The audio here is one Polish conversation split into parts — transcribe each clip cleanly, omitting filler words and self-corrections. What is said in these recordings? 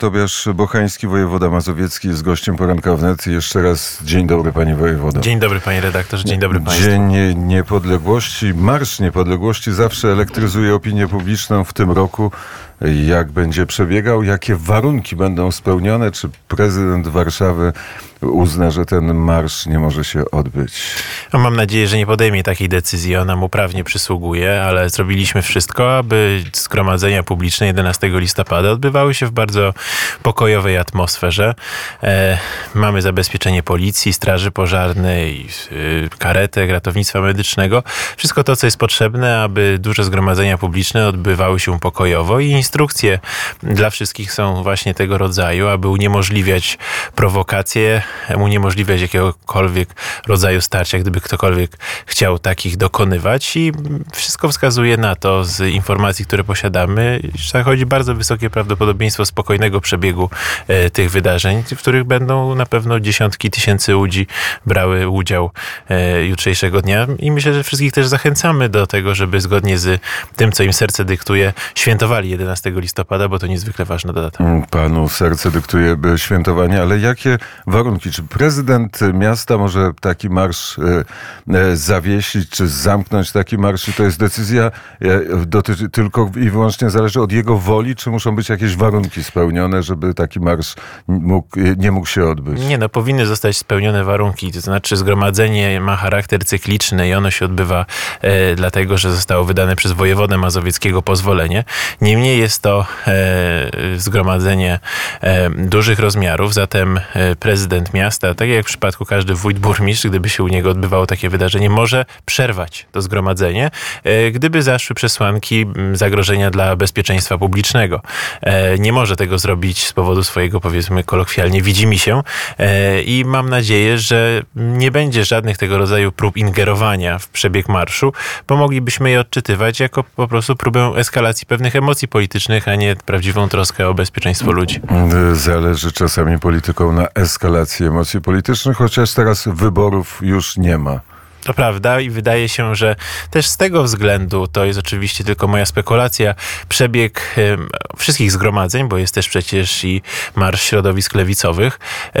Tobiasz Bochański, wojewoda mazowiecki, jest gościem Poranka Wnet. Jeszcze raz dzień dobry, panie wojewodo. Dzień dobry, panie redaktorze, dzień dobry państwu. Dzień Niepodległości, Marsz Niepodległości zawsze elektryzuje opinię publiczną w tym roku. Jak będzie przebiegał? Jakie warunki będą spełnione? Czy prezydent Warszawy uzna, że ten marsz nie może się odbyć? Mam nadzieję, że nie podejmie takiej decyzji. Ona mu prawnie przysługuje, ale zrobiliśmy wszystko, aby zgromadzenia publiczne 11 listopada odbywały się w bardzo pokojowej atmosferze. Mamy zabezpieczenie policji, straży pożarnej, karetek, ratownictwa medycznego. Wszystko to, co jest potrzebne, aby duże zgromadzenia publiczne odbywały się pokojowo i instrukcje dla wszystkich są właśnie tego rodzaju, aby uniemożliwiać prowokacje, uniemożliwiać jakiegokolwiek rodzaju starcia, gdyby ktokolwiek chciał takich dokonywać, i wszystko wskazuje na to z informacji, które posiadamy, że zachodzi bardzo wysokie prawdopodobieństwo spokojnego przebiegu tych wydarzeń, w których będą na pewno dziesiątki tysięcy ludzi brały udział jutrzejszego dnia, i myślę, że wszystkich też zachęcamy do tego, żeby zgodnie z tym, co im serce dyktuje, świętowali 11 listopada, bo to niezwykle ważna data. Panu serce dyktuje świętowanie, ale jakie warunki? Czy prezydent miasta może taki marsz zawiesić, czy zamknąć taki marsz? I to jest decyzja dotyczy tylko i wyłącznie zależy od jego woli, czy muszą być jakieś warunki spełnione, żeby taki marsz nie mógł się odbyć? Nie, powinny zostać spełnione warunki. To znaczy, zgromadzenie ma charakter cykliczny i ono się odbywa dlatego, że zostało wydane przez wojewodę mazowieckiego pozwolenie. Niemniej jest to zgromadzenie dużych rozmiarów, zatem prezydent miasta, tak jak w przypadku każdy wójt, burmistrz, gdyby się u niego odbywało takie wydarzenie, może przerwać to zgromadzenie, gdyby zaszły przesłanki zagrożenia dla bezpieczeństwa publicznego. Nie może tego zrobić z powodu swojego, powiedzmy kolokwialnie, widzimisię, i mam nadzieję, że nie będzie żadnych tego rodzaju prób ingerowania w przebieg marszu, bo moglibyśmy je odczytywać jako po prostu próbę eskalacji pewnych emocji politycznych, a nie prawdziwą troskę o bezpieczeństwo ludzi. Zależy czasami polityką na eskalację emocji politycznych, chociaż teraz wyborów już nie ma. To prawda i wydaje się, że też z tego względu, to jest oczywiście tylko moja spekulacja, przebieg wszystkich zgromadzeń, bo jest też przecież i Marsz Środowisk Lewicowych,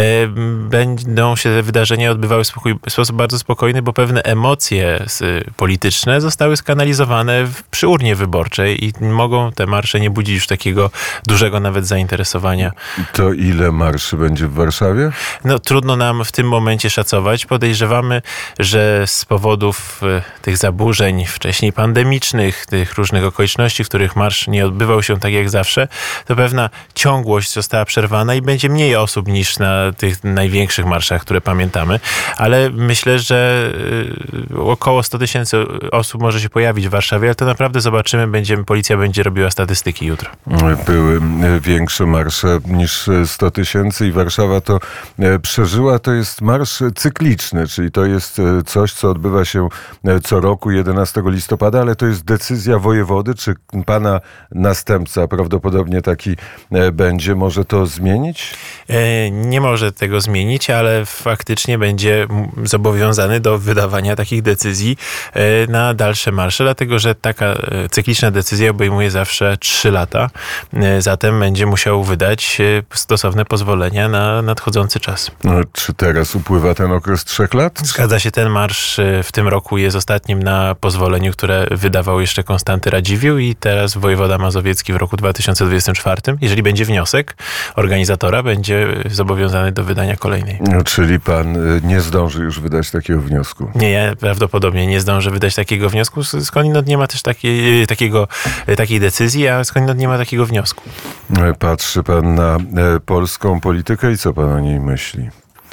będą się te wydarzenia odbywały w sposób bardzo spokojny, bo pewne emocje polityczne zostały skanalizowane przy urnie wyborczej i mogą te marsze nie budzić już takiego dużego nawet zainteresowania. To ile marszy będzie w Warszawie? Trudno nam w tym momencie szacować. Podejrzewamy, że z powodów tych zaburzeń wcześniej pandemicznych, tych różnych okoliczności, w których marsz nie odbywał się tak jak zawsze, to pewna ciągłość została przerwana i będzie mniej osób niż na tych największych marszach, które pamiętamy, ale myślę, że około 100 000 osób może się pojawić w Warszawie, ale to naprawdę zobaczymy, policja będzie robiła statystyki jutro. Były większe marsze niż 100 000 i Warszawa to przeżyła. To jest marsz cykliczny, czyli to jest coś, co odbywa się co roku 11 listopada, ale to jest decyzja wojewody. Czy pana następca prawdopodobnie taki będzie, może to zmienić? Nie może tego zmienić, ale faktycznie będzie zobowiązany do wydawania takich decyzji na dalsze marsze, dlatego że taka cykliczna decyzja obejmuje zawsze 3 lata. Zatem będzie musiał wydać stosowne pozwolenia na nadchodzący czas. Czy teraz upływa ten okres 3 lat? Zgadza się, ten marsz w tym roku jest ostatnim na pozwoleniu, które wydawał jeszcze Konstanty Radziwiłł, i teraz wojewoda mazowiecki w roku 2024, jeżeli będzie wniosek organizatora, będzie zobowiązany do wydania kolejnej. Czyli pan nie zdąży już wydać takiego wniosku? Nie, ja prawdopodobnie nie zdążę wydać takiego wniosku. Skądinąd nie ma też takiej decyzji, a skądinąd nie ma takiego wniosku. Patrzy pan na polską politykę i co pan o niej myśli?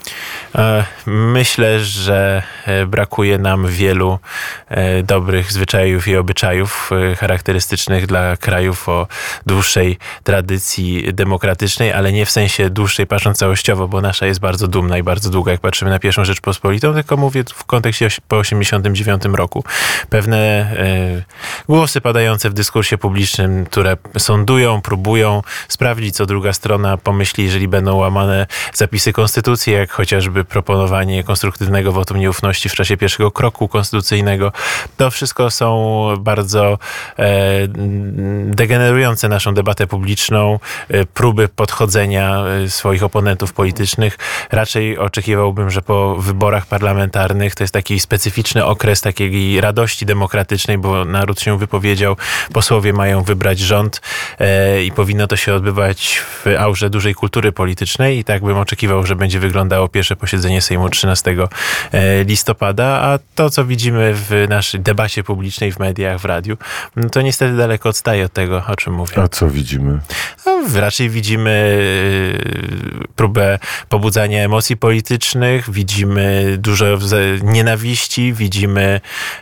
Myślę, że brakuje nam wielu dobrych zwyczajów i obyczajów charakterystycznych dla krajów o dłuższej tradycji demokratycznej, ale nie w sensie dłuższej patrząc całościowo, bo nasza jest bardzo dumna i bardzo długa, jak patrzymy na pierwszą Rzeczpospolitą, tylko mówię w kontekście po 1989 roku. Pewne głosy padające w dyskursie publicznym, które sądują, próbują sprawdzić, co druga strona pomyśli, jeżeli będą łamane zapisy konstytucji, jak chociażby chociażby proponowanie konstruktywnego wotum nieufności w czasie pierwszego kroku konstytucyjnego. To wszystko są bardzo degenerujące naszą debatę publiczną, próby podchodzenia swoich oponentów politycznych. Raczej oczekiwałbym, że po wyborach parlamentarnych to jest taki specyficzny okres takiej radości demokratycznej, bo naród się wypowiedział, posłowie mają wybrać rząd i powinno to się odbywać w aurze dużej kultury politycznej i tak bym oczekiwał, że będzie wyglądało pierwsze posiedzenie Sejmu 13 listopada, a to, co widzimy w naszej debacie publicznej, w mediach, w radiu, no to niestety daleko odstaje od tego, o czym mówię. A co widzimy? No, raczej widzimy próbę pobudzania emocji politycznych, widzimy dużo nienawiści, widzimy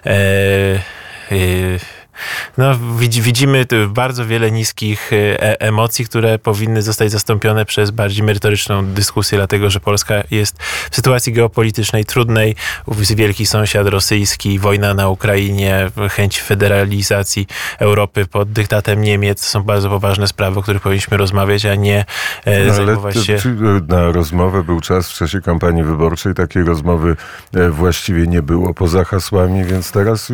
widzimy bardzo wiele niskich emocji, które powinny zostać zastąpione przez bardziej merytoryczną dyskusję, dlatego że Polska jest w sytuacji geopolitycznej trudnej. Wielki sąsiad rosyjski, wojna na Ukrainie, chęć federalizacji Europy pod dyktatem Niemiec. To są bardzo poważne sprawy, o których powinniśmy rozmawiać, a nie zajmować się... Na rozmowę był czas w czasie kampanii wyborczej. Takiej rozmowy właściwie nie było poza hasłami, więc teraz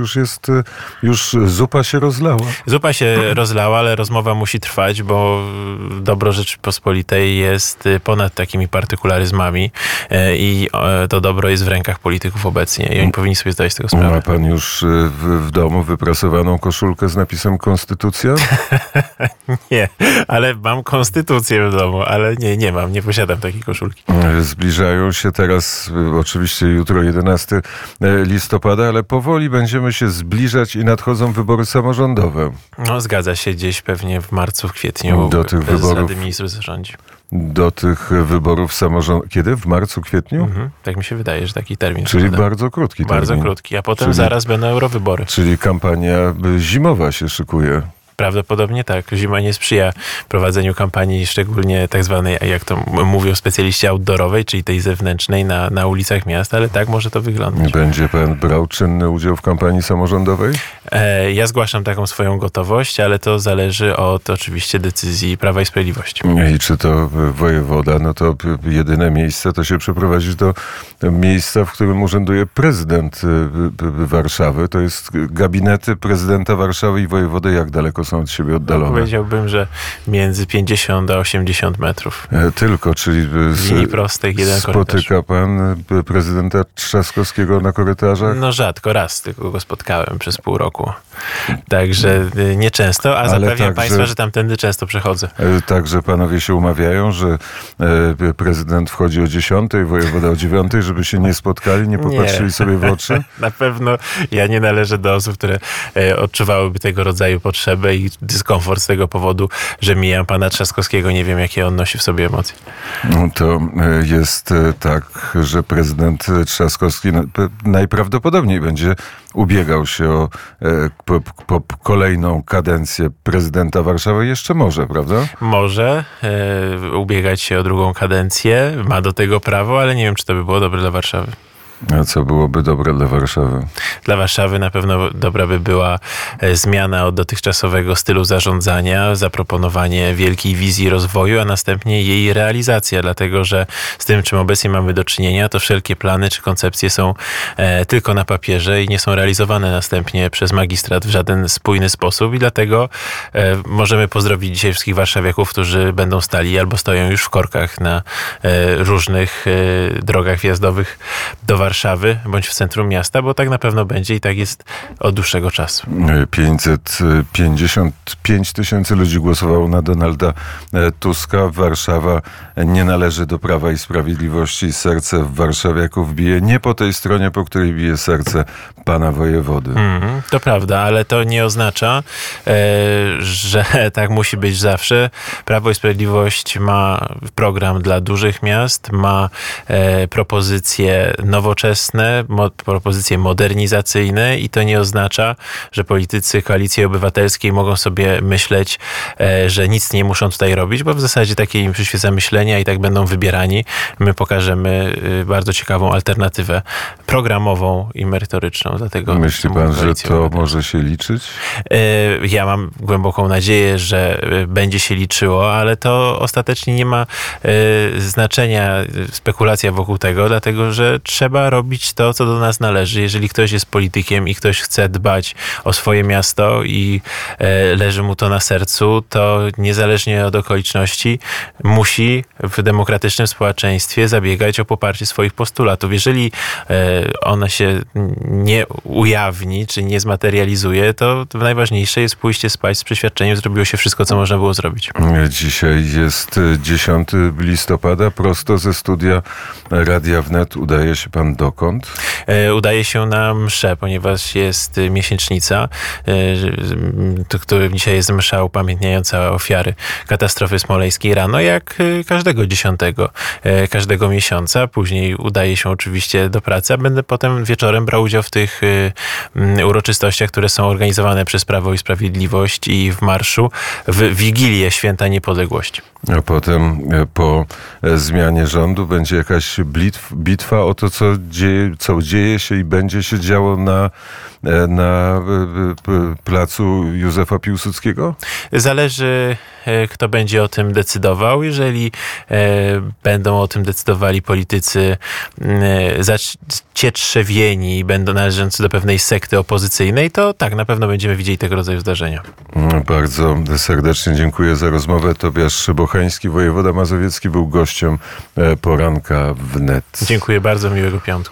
już zupa się rozlała. Zupa się rozlała, ale rozmowa musi trwać, bo dobro Rzeczypospolitej jest ponad takimi partykularyzmami i to dobro jest w rękach polityków obecnie i oni powinni sobie zdawać z tego sprawę. Ma pan już w domu wyprasowaną koszulkę z napisem Konstytucja? Nie, ale mam konstytucję w domu, ale nie posiadam takiej koszulki. Zbliżają się teraz, oczywiście jutro 11 listopada, ale powoli będziemy się zbliżać i nadchodzą wybory samorządowe. No, zgadza się, gdzieś pewnie w marcu, w kwietniu do tych wyborów, Rady Ministrów zarządzi. Do tych wyborów samorządowych. Kiedy? W marcu, kwietniu? Tak mi się wydaje, że taki termin. Czyli bardzo krótki termin. Bardzo krótki, a potem zaraz będą eurowybory. Czyli kampania zimowa się szykuje. Prawdopodobnie tak. Zima nie sprzyja prowadzeniu kampanii, szczególnie tak zwanej, jak to mówią specjaliści, outdoorowej, czyli tej zewnętrznej na ulicach miast, ale tak może to wyglądać. Będzie pan brał czynny udział w kampanii samorządowej? Ja zgłaszam taką swoją gotowość, ale to zależy od oczywiście decyzji Prawa i Sprawiedliwości. I czy to wojewoda, no to jedyne miejsce to się przeprowadzić do miejsca, w którym urzęduje prezydent Warszawy. To jest gabinety prezydenta Warszawy i wojewody. Jak daleko są od siebie oddalone? Powiedziałbym, że między 50 a 80 metrów. Tylko, czyli w linii prostej jeden spotyka pan prezydenta Trzaskowskiego na korytarzach? No rzadko, raz tylko go spotkałem przez pół roku. Także nieczęsto, a zapewniam państwa, że tamtędy często przechodzę. Także panowie się umawiają, że prezydent wchodzi o 10, wojewoda o 9, żeby się nie spotkali, nie popatrzyli sobie w oczy? Na pewno ja nie należę do osób, które odczuwałyby tego rodzaju potrzebę i dyskomfort z tego powodu, że mijam pana Trzaskowskiego. Nie wiem, jakie on nosi w sobie emocje. No to jest tak, że prezydent Trzaskowski najprawdopodobniej będzie ubiegał się o kolejną kadencję prezydenta Warszawy. Jeszcze może, prawda? Może ubiegać się o drugą kadencję. Ma do tego prawo, ale nie wiem, czy to by było dobre dla Warszawy. A co byłoby dobre dla Warszawy? Dla Warszawy na pewno dobra by była zmiana od dotychczasowego stylu zarządzania, zaproponowanie wielkiej wizji rozwoju, a następnie jej realizacja, dlatego że z tym, czym obecnie mamy do czynienia, to wszelkie plany czy koncepcje są tylko na papierze i nie są realizowane następnie przez magistrat w żaden spójny sposób i dlatego możemy pozdrowić dzisiaj wszystkich warszawiaków, którzy będą stali albo stoją już w korkach na różnych drogach wjazdowych do Warszawy bądź w centrum miasta, bo tak na pewno będzie i tak jest od dłuższego czasu. 555 tysięcy ludzi głosowało na Donalda Tuska. Warszawa nie należy do Prawa i Sprawiedliwości. Serce warszawiaków bije nie po tej stronie, po której bije serce pana wojewody. To prawda, ale to nie oznacza, że tak musi być zawsze. Prawo i Sprawiedliwość ma program dla dużych miast, ma propozycje nowoczesne, nowoczesne, propozycje modernizacyjne i to nie oznacza, że politycy Koalicji Obywatelskiej mogą sobie myśleć, że nic nie muszą tutaj robić, bo w zasadzie takie im przyświeca myślenia i tak będą wybierani. My pokażemy bardzo ciekawą alternatywę programową i merytoryczną. Dlatego Myśli pan, że to może się liczyć? Ja mam głęboką nadzieję, że będzie się liczyło, ale to ostatecznie nie ma znaczenia spekulacja wokół tego, dlatego że trzeba robić to, co do nas należy. Jeżeli ktoś jest politykiem i ktoś chce dbać o swoje miasto i leży mu to na sercu, to niezależnie od okoliczności musi w demokratycznym społeczeństwie zabiegać o poparcie swoich postulatów. Jeżeli ona się nie ujawni, czy nie zmaterializuje, to najważniejsze jest pójście spać z przeświadczeniem, że zrobiło się wszystko, co można było zrobić. Dzisiaj jest 10 listopada. Prosto ze studia Radia Wnet udaje się pan dokąd? Udaje się na mszę, ponieważ jest miesięcznica, którym dzisiaj jest msza upamiętniająca ofiary katastrofy smoleńskiej rano, jak każdego 10 każdego miesiąca. Później udaje się oczywiście do pracy, a będę potem wieczorem brał udział w tych uroczystościach, które są organizowane przez Prawo i Sprawiedliwość i w marszu w Wigilię Święta Niepodległości. A potem po zmianie rządu będzie jakaś bitwa o to, co dzieje się i będzie się działo na placu Józefa Piłsudskiego? Zależy, kto będzie o tym decydował. Jeżeli będą o tym decydowali politycy zacietrzewieni, będą należący do pewnej sekty opozycyjnej, to tak, na pewno będziemy widzieli tego rodzaju zdarzenia. Bardzo serdecznie dziękuję za rozmowę. Tobiasz Bocheński, wojewoda mazowiecki, był gościem poranka wnet. Dziękuję bardzo, miłego piątku.